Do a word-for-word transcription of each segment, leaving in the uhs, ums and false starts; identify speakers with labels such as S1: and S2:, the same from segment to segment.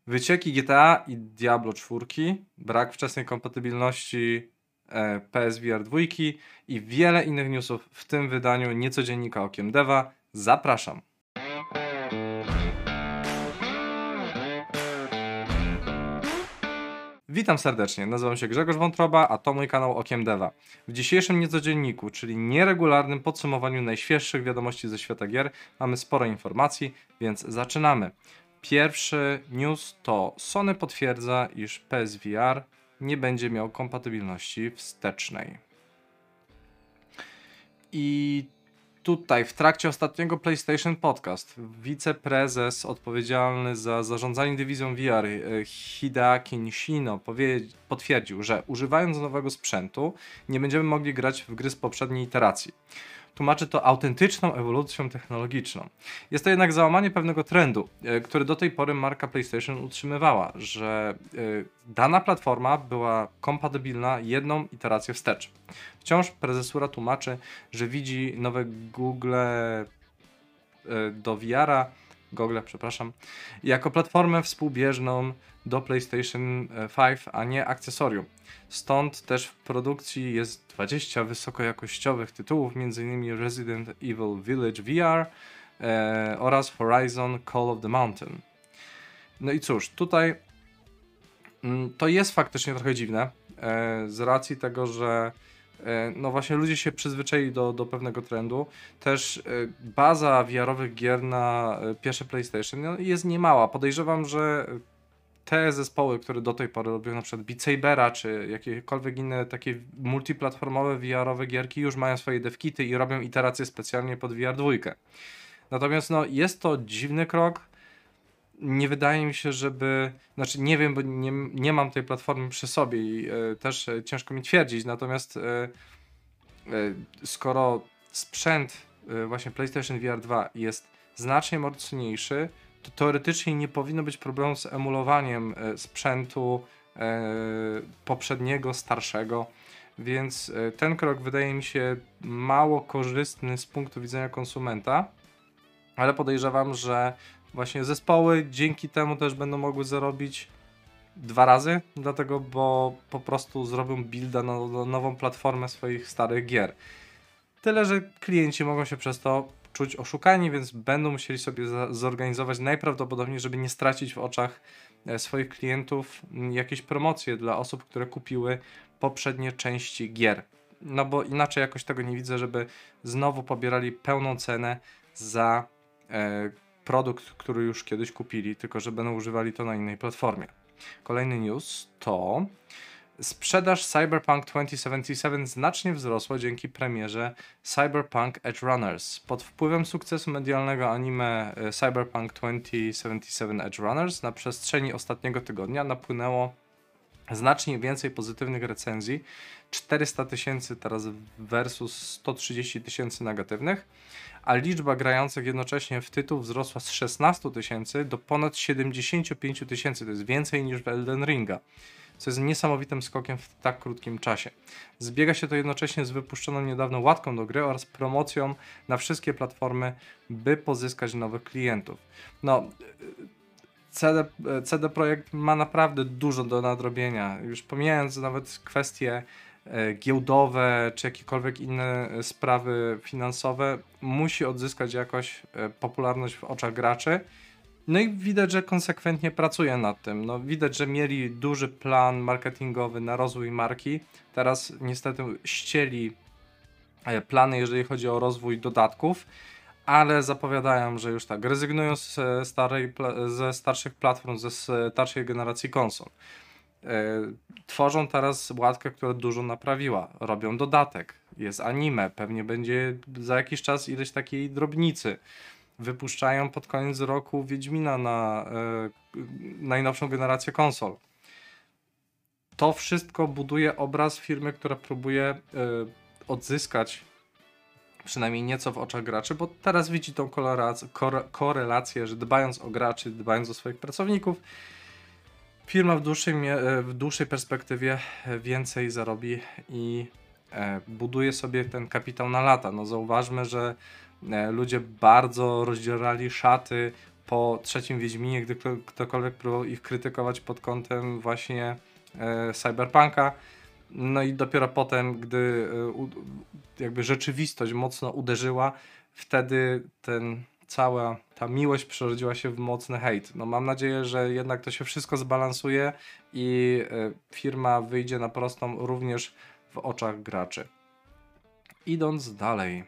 S1: Wycieki G T A i Diablo cztery, brak wczesnej kompatybilności e, P S V R dwa i wiele innych newsów w tym wydaniu Niecodziennika Okiem Deva. Zapraszam. Witam serdecznie, nazywam się Grzegorz Wątroba, a to mój kanał Okiem Deva. W dzisiejszym Niecodzienniku, czyli nieregularnym podsumowaniu najświeższych wiadomości ze świata gier, mamy sporo informacji, więc zaczynamy. Pierwszy news to Sony potwierdza, iż P S V R nie będzie miał kompatybilności wstecznej. I tutaj w trakcie ostatniego PlayStation Podcast wiceprezes odpowiedzialny za zarządzanie dywizją V R Hideaki Nishino potwierdził, że używając nowego sprzętu nie będziemy mogli grać w gry z poprzedniej iteracji. Tłumaczy to autentyczną ewolucją technologiczną. Jest to jednak załamanie pewnego trendu, który do tej pory marka PlayStation utrzymywała, że dana platforma była kompatybilna jedną iterację wstecz. Wciąż prezesura tłumaczy, że widzi nowe Google do V R-a, Google, przepraszam, jako platformę współbieżną do PlayStation pięć, a nie akcesorium. Stąd też w produkcji jest dwadzieścia wysokojakościowych tytułów, m.in. Resident Evil Village V R e, oraz Horizon Call of the Mountain. No i cóż, tutaj mm, to jest faktycznie trochę dziwne, e, z racji tego, że e, no właśnie ludzie się przyzwyczaili do, do pewnego trendu. Też e, baza V R-owych gier na e, pierwsze PlayStation no, jest niemała. Podejrzewam, że te zespoły, które do tej pory robią na przykład Beat Sabera, czy jakiekolwiek inne takie multiplatformowe V R-owe gierki, już mają swoje devkity i robią iteracje specjalnie pod V R dwa. Natomiast no, jest to dziwny krok. Nie wydaje mi się, żeby... Znaczy nie wiem, bo nie, nie mam tej platformy przy sobie i e, też e, ciężko mi twierdzić. Natomiast e, e, skoro sprzęt e, właśnie PlayStation V R dwa jest znacznie mocniejszy, to teoretycznie nie powinno być problemu z emulowaniem e, sprzętu e, poprzedniego, starszego, więc e, ten krok wydaje mi się mało korzystny z punktu widzenia konsumenta, ale podejrzewam, że właśnie zespoły dzięki temu też będą mogły zarobić dwa razy, dlatego, bo po prostu zrobią builda na, na nową platformę swoich starych gier. Tyle, że klienci mogą się przez to czuć oszukani, więc będą musieli sobie za- zorganizować najprawdopodobniej, żeby nie stracić w oczach e, swoich klientów m, jakieś promocje dla osób, które kupiły poprzednie części gier. No bo inaczej jakoś tego nie widzę, żeby znowu pobierali pełną cenę za e, produkt, który już kiedyś kupili, tylko że będą używali to na innej platformie. Kolejny news to sprzedaż Cyberpunk dwa tysiące siedemdziesiąt siedem znacznie wzrosła dzięki premierze Cyberpunk Edge Runners. Pod wpływem sukcesu medialnego anime Cyberpunk dwa tysiące siedemdziesiąt siedem Edge Runners na przestrzeni ostatniego tygodnia napłynęło znacznie więcej pozytywnych recenzji, czterysta tysięcy teraz versus sto trzydzieści tysięcy negatywnych, a liczba grających jednocześnie w tytuł wzrosła z szesnastu tysięcy do ponad siedemdziesięciu pięciu tysięcy, to jest więcej niż w Elden Ringa, co jest niesamowitym skokiem w tak krótkim czasie. Zbiega się to jednocześnie z wypuszczoną niedawno łatką do gry oraz promocją na wszystkie platformy, by pozyskać nowych klientów. No, C D, C D Projekt ma naprawdę dużo do nadrobienia, już pomijając nawet kwestie e, giełdowe czy jakiekolwiek inne sprawy finansowe, musi odzyskać jakoś e, popularność w oczach graczy. No i widać, że konsekwentnie pracuje nad tym. No, widać, że mieli duży plan marketingowy na rozwój marki. Teraz niestety ścieli plany, jeżeli chodzi o rozwój dodatków, ale zapowiadają, że już tak, rezygnują z starej, ze starszych platform, ze starszej generacji konsol. Tworzą teraz łatkę, która dużo naprawiła. Robią dodatek, jest anime, pewnie będzie za jakiś czas ileś takiej drobnicy. Wypuszczają pod koniec roku Wiedźmina na e, najnowszą generację konsol. To wszystko buduje obraz firmy, która próbuje e, odzyskać przynajmniej nieco w oczach graczy, bo teraz widzi tą korelację, korelację, że dbając o graczy, dbając o swoich pracowników, firma w dłuższej, w dłuższej perspektywie więcej zarobi i e, buduje sobie ten kapitał na lata. No zauważmy, że ludzie bardzo rozdzierali szaty po trzecim Wiedźminie, gdy ktokolwiek próbował ich krytykować pod kątem właśnie e, cyberpunka. No i dopiero potem, gdy e, u, jakby rzeczywistość mocno uderzyła, wtedy ten cała ta miłość przerodziła się w mocny hejt. No mam nadzieję, że jednak to się wszystko zbalansuje i e, firma wyjdzie na prostą również w oczach graczy. Idąc dalej.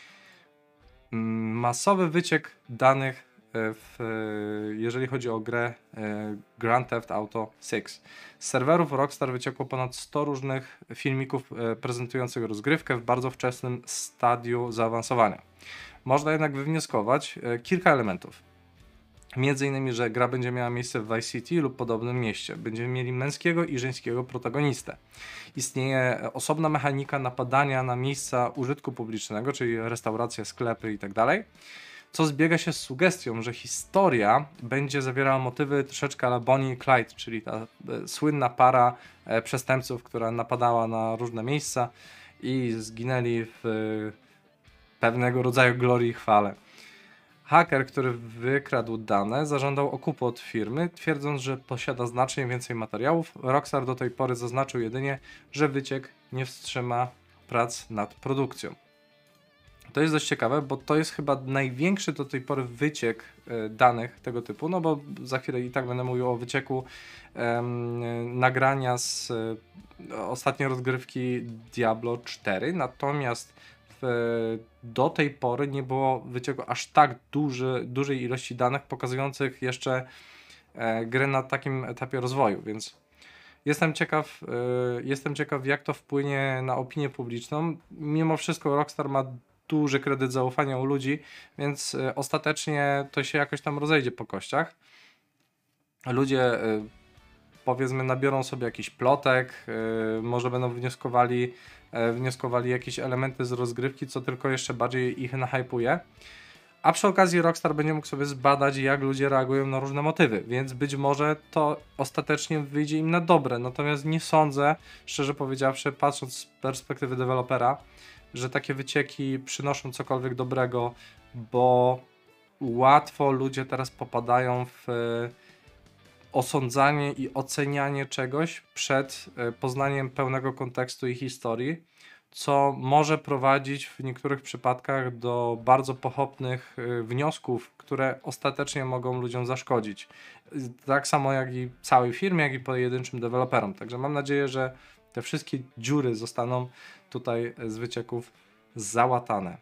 S1: Masowy wyciek danych, w, jeżeli chodzi o grę Grand Theft Auto sześć. Z serwerów Rockstar wyciekło ponad sto różnych filmików prezentujących rozgrywkę w bardzo wczesnym stadium zaawansowania. Można jednak wywnioskować kilka elementów. Między innymi, że gra będzie miała miejsce w Vice City lub podobnym mieście. Będziemy mieli męskiego i żeńskiego protagonistę. Istnieje osobna mechanika napadania na miejsca użytku publicznego, czyli restauracje, sklepy itd., co zbiega się z sugestią, że historia będzie zawierała motywy troszeczkę ala Bonnie i Clyde, czyli ta e, słynna para e, przestępców, która napadała na różne miejsca i zginęli w e, pewnego rodzaju glorii i chwale. Haker, który wykradł dane, zażądał okupu od firmy, twierdząc, że posiada znacznie więcej materiałów. Rockstar do tej pory zaznaczył jedynie, że wyciek nie wstrzyma prac nad produkcją. To jest dość ciekawe, bo to jest chyba największy do tej pory wyciek e, danych tego typu, no bo za chwilę i tak będę mówił o wycieku e, nagrania z e, ostatniej rozgrywki Diablo cztery, natomiast w, do tej pory nie było wycieku aż tak duży, dużej ilości danych pokazujących jeszcze e, grę na takim etapie rozwoju, więc jestem ciekaw, e, jestem ciekaw jak to wpłynie na opinię publiczną. Mimo wszystko Rockstar ma duży kredyt zaufania u ludzi, więc y, ostatecznie to się jakoś tam rozejdzie po kościach. Ludzie y, powiedzmy nabiorą sobie jakiś plotek, y, może będą wnioskowali, y, wnioskowali jakieś elementy z rozgrywki, co tylko jeszcze bardziej ich nahypuje. A przy okazji Rockstar będzie mógł sobie zbadać, jak ludzie reagują na różne motywy, więc być może to ostatecznie wyjdzie im na dobre. Natomiast nie sądzę, szczerze powiedziawszy, patrząc z perspektywy dewelopera, że takie wycieki przynoszą cokolwiek dobrego, bo łatwo ludzie teraz popadają w osądzanie i ocenianie czegoś przed poznaniem pełnego kontekstu i historii, co może prowadzić w niektórych przypadkach do bardzo pochopnych wniosków, które ostatecznie mogą ludziom zaszkodzić. Tak samo jak i całej firmie, jak i pojedynczym deweloperom. Także mam nadzieję, że te wszystkie dziury zostaną tutaj z wycieków załatane.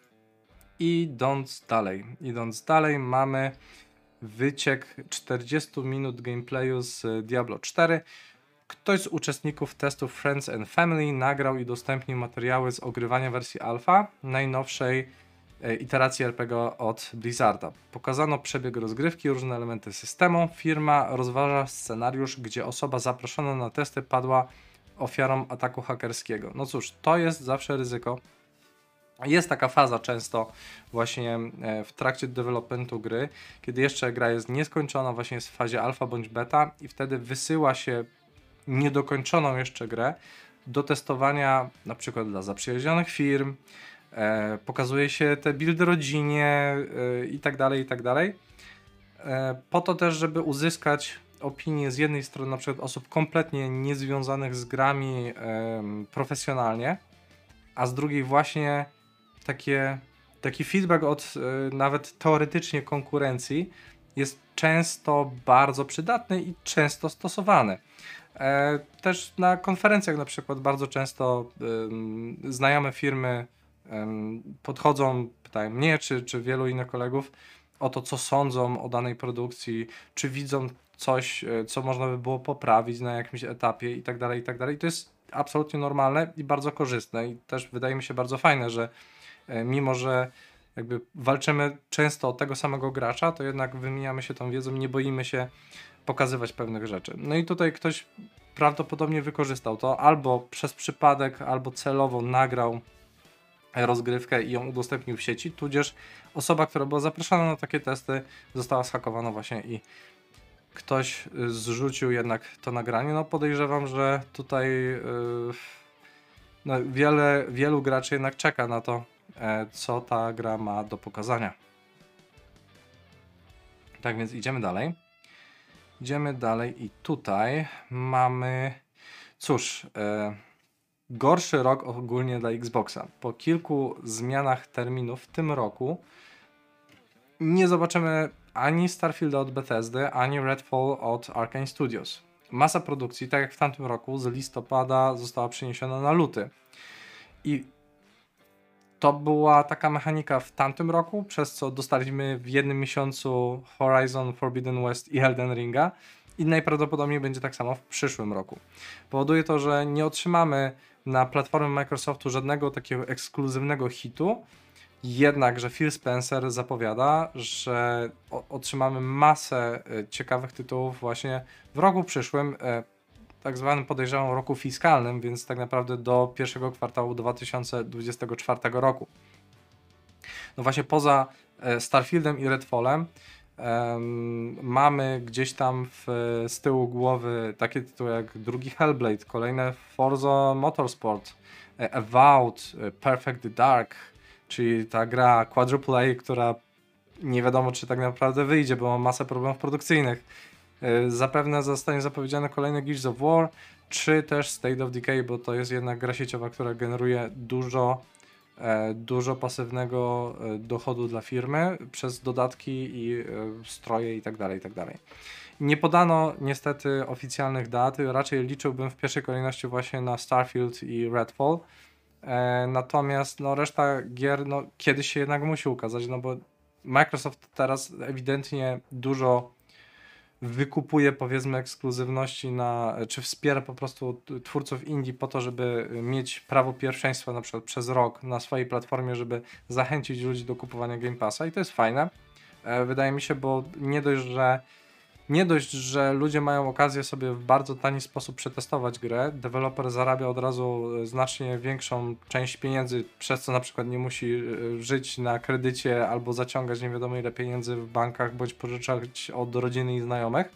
S1: Idąc dalej, idąc dalej mamy wyciek czterdzieści minut gameplayu z Diablo cztery. Ktoś z uczestników testów Friends and Family nagrał i udostępnił materiały z ogrywania wersji alfa najnowszej iteracji er pe gie od Blizzarda. Pokazano przebieg rozgrywki, różne elementy systemu. Firma rozważa scenariusz, gdzie osoba zaproszona na testy padła ofiarą ataku hakerskiego. No cóż, to jest zawsze ryzyko. Jest taka faza często właśnie w trakcie developmentu gry, kiedy jeszcze gra jest nieskończona, właśnie jest w fazie alfa bądź beta i wtedy wysyła się niedokończoną jeszcze grę do testowania na przykład dla zaprzyjaźnionych firm, e, pokazuje się te buildy rodzinie e, i tak dalej, i tak dalej. E, po to też, żeby uzyskać opinię z jednej strony na przykład osób kompletnie niezwiązanych z grami e, profesjonalnie, a z drugiej właśnie takie, taki feedback od e, nawet teoretycznie konkurencji jest często bardzo przydatny i często stosowany. E, też na konferencjach na przykład bardzo często e, znajome firmy e, podchodzą, pytają mnie czy, czy wielu innych kolegów o to, co sądzą o danej produkcji, czy widzą coś, e, co można by było poprawić na jakimś etapie i tak dalej, i tak dalej. I to jest absolutnie normalne i bardzo korzystne i też wydaje mi się bardzo fajne, że e, mimo, że jakby walczymy często o tego samego gracza, to jednak wymieniamy się tą wiedzą, nie boimy się pokazywać pewnych rzeczy. No i tutaj ktoś prawdopodobnie wykorzystał to albo przez przypadek, albo celowo nagrał rozgrywkę i ją udostępnił w sieci, tudzież osoba, która była zapraszana na takie testy, została zhakowana właśnie i ktoś zrzucił jednak to nagranie. No podejrzewam, że tutaj yy, no, wiele, wielu graczy jednak czeka na to, co ta gra ma do pokazania. Tak więc idziemy dalej. Idziemy dalej i tutaj mamy, cóż, e, gorszy rok ogólnie dla Xboxa. Po kilku zmianach terminów w tym roku nie zobaczymy ani Starfielda od Bethesdy, ani Redfall od Arkane Studios. Masa produkcji, tak jak w tamtym roku, z listopada została przeniesiona na luty. I to była taka mechanika w tamtym roku, przez co dostaliśmy w jednym miesiącu Horizon Forbidden West i Elden Ringa i najprawdopodobniej będzie tak samo w przyszłym roku. Powoduje to, że nie otrzymamy na platformie Microsoftu żadnego takiego ekskluzywnego hitu, jednakże Phil Spencer zapowiada, że otrzymamy masę ciekawych tytułów właśnie w roku przyszłym, tak zwanym podejrzewam roku fiskalnym, więc tak naprawdę do pierwszego kwartału dwa tysiące dwudziestego czwartego roku. No właśnie poza Starfieldem i Redfallem um, mamy gdzieś tam w, z tyłu głowy takie tytuły jak drugi Hellblade, kolejne Forza Motorsport, Avowed, Perfect Dark, czyli ta gra quadruple A, która nie wiadomo czy tak naprawdę wyjdzie, bo ma masę problemów produkcyjnych. Zapewne zostanie zapowiedziany kolejny Gears of War, czy też State of Decay, bo to jest jednak gra sieciowa, która generuje dużo, dużo pasywnego dochodu dla firmy przez dodatki i stroje itd., itd. Nie podano niestety oficjalnych dat, raczej liczyłbym w pierwszej kolejności właśnie na Starfield i Redfall. Natomiast no, reszta gier no, kiedyś się jednak musi ukazać, no bo Microsoft teraz ewidentnie dużo wykupuje powiedzmy ekskluzywności na, czy wspiera po prostu twórców indie po to, żeby mieć prawo pierwszeństwa na przykład przez rok na swojej platformie, żeby zachęcić ludzi do kupowania Game Passa i to jest fajne. Wydaje mi się, bo nie dość, że nie dość, że ludzie mają okazję sobie w bardzo tani sposób przetestować grę, deweloper zarabia od razu znacznie większą część pieniędzy, przez co na przykład nie musi żyć na kredycie albo zaciągać nie wiadomo ile pieniędzy w bankach, bądź pożyczać od rodziny i znajomych.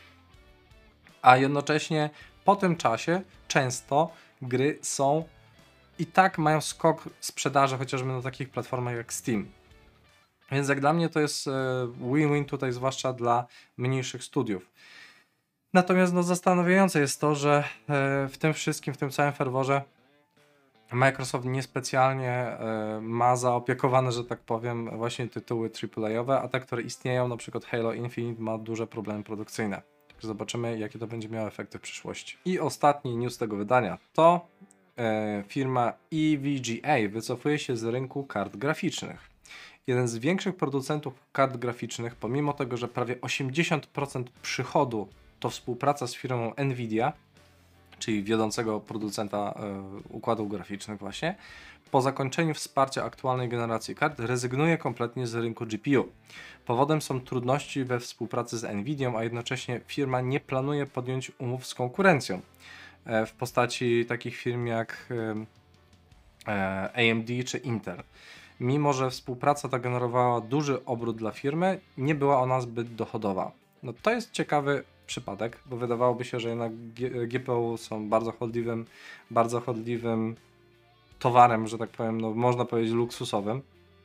S1: A jednocześnie po tym czasie często gry są i tak mają skok sprzedaży chociażby na takich platformach jak Steam. Więc jak dla mnie to jest win-win tutaj, zwłaszcza dla mniejszych studiów. Natomiast no, zastanawiające jest to, że w tym wszystkim, w tym całym ferworze Microsoft niespecjalnie ma zaopiekowane, że tak powiem, właśnie tytuły triple A-owe, a te, które istnieją, na przykład Halo Infinite ma duże problemy produkcyjne. Także zobaczymy, jakie to będzie miało efekty w przyszłości. I ostatni news tego wydania to e, firma E V G A wycofuje się z rynku kart graficznych. Jeden z większych producentów kart graficznych, pomimo tego, że prawie osiemdziesiąt procent przychodu to współpraca z firmą Nvidia, czyli wiodącego producenta y, układów graficznych właśnie, po zakończeniu wsparcia aktualnej generacji kart rezygnuje kompletnie z rynku G P U. Powodem są trudności we współpracy z Nvidią, a jednocześnie firma nie planuje podjąć umów z konkurencją y, w postaci takich firm jak y, y, A M D czy Intel. Mimo że współpraca ta generowała duży obrót dla firmy, nie była ona zbyt dochodowa. No to jest ciekawy przypadek, bo wydawałoby się, że jednak G P U są bardzo chodliwym, bardzo chodliwym towarem, że tak powiem, no można powiedzieć luksusowym.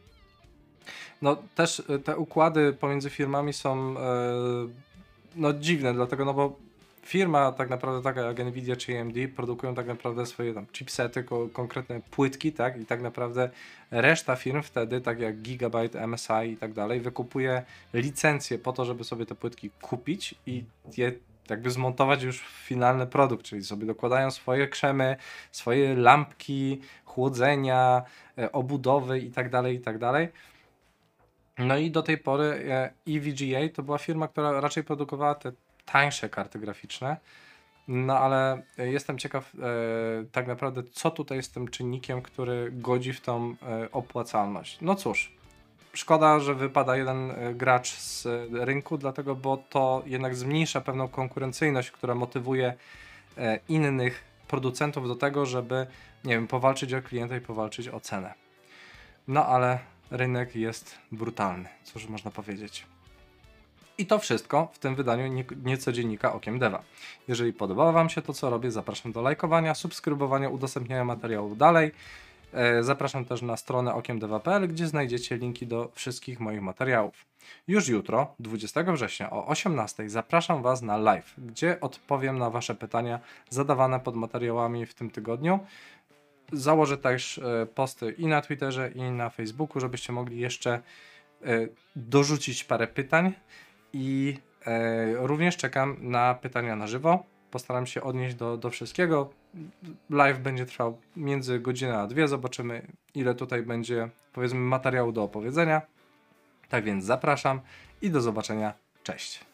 S1: No też te układy pomiędzy firmami są yy, no dziwne, dlatego no bo firma tak naprawdę taka jak Nvidia czy A M D produkują tak naprawdę swoje tam chipsety, ko- konkretne płytki, tak? I tak naprawdę reszta firm wtedy, tak jak Gigabyte, M S I i tak dalej, wykupuje licencje po to, żeby sobie te płytki kupić i je jakby zmontować już w finalny produkt, czyli sobie dokładają swoje krzemy, swoje lampki, chłodzenia, e, obudowy i tak dalej, i tak dalej. No i do tej pory E V G A to była firma, która raczej produkowała te tańsze karty graficzne, no ale jestem ciekaw e, tak naprawdę, co tutaj jest tym czynnikiem, który godzi w tą e, opłacalność. No cóż, szkoda, że wypada jeden e, gracz z rynku, dlatego, bo to jednak zmniejsza pewną konkurencyjność, która motywuje e, innych producentów do tego, żeby, nie wiem, powalczyć o klienta i powalczyć o cenę. No ale rynek jest brutalny, cóż można powiedzieć. I to wszystko w tym wydaniu niecodziennika Okiem Deva. Jeżeli podobało Wam się to, co robię, zapraszam do lajkowania, subskrybowania, udostępniania materiałów dalej. Zapraszam też na stronę okiem dewa kropka p l, gdzie znajdziecie linki do wszystkich moich materiałów. Już jutro, dwudziestego września o osiemnastej zapraszam Was na live, gdzie odpowiem na Wasze pytania zadawane pod materiałami w tym tygodniu. Założę też posty i na Twitterze, i na Facebooku, żebyście mogli jeszcze dorzucić parę pytań i również czekam na pytania na żywo. Postaram się odnieść do, do wszystkiego. Live będzie trwał między godzinę a dwie. Zobaczymy, ile tutaj będzie, powiedzmy, materiału do opowiedzenia. Tak więc zapraszam i do zobaczenia. Cześć.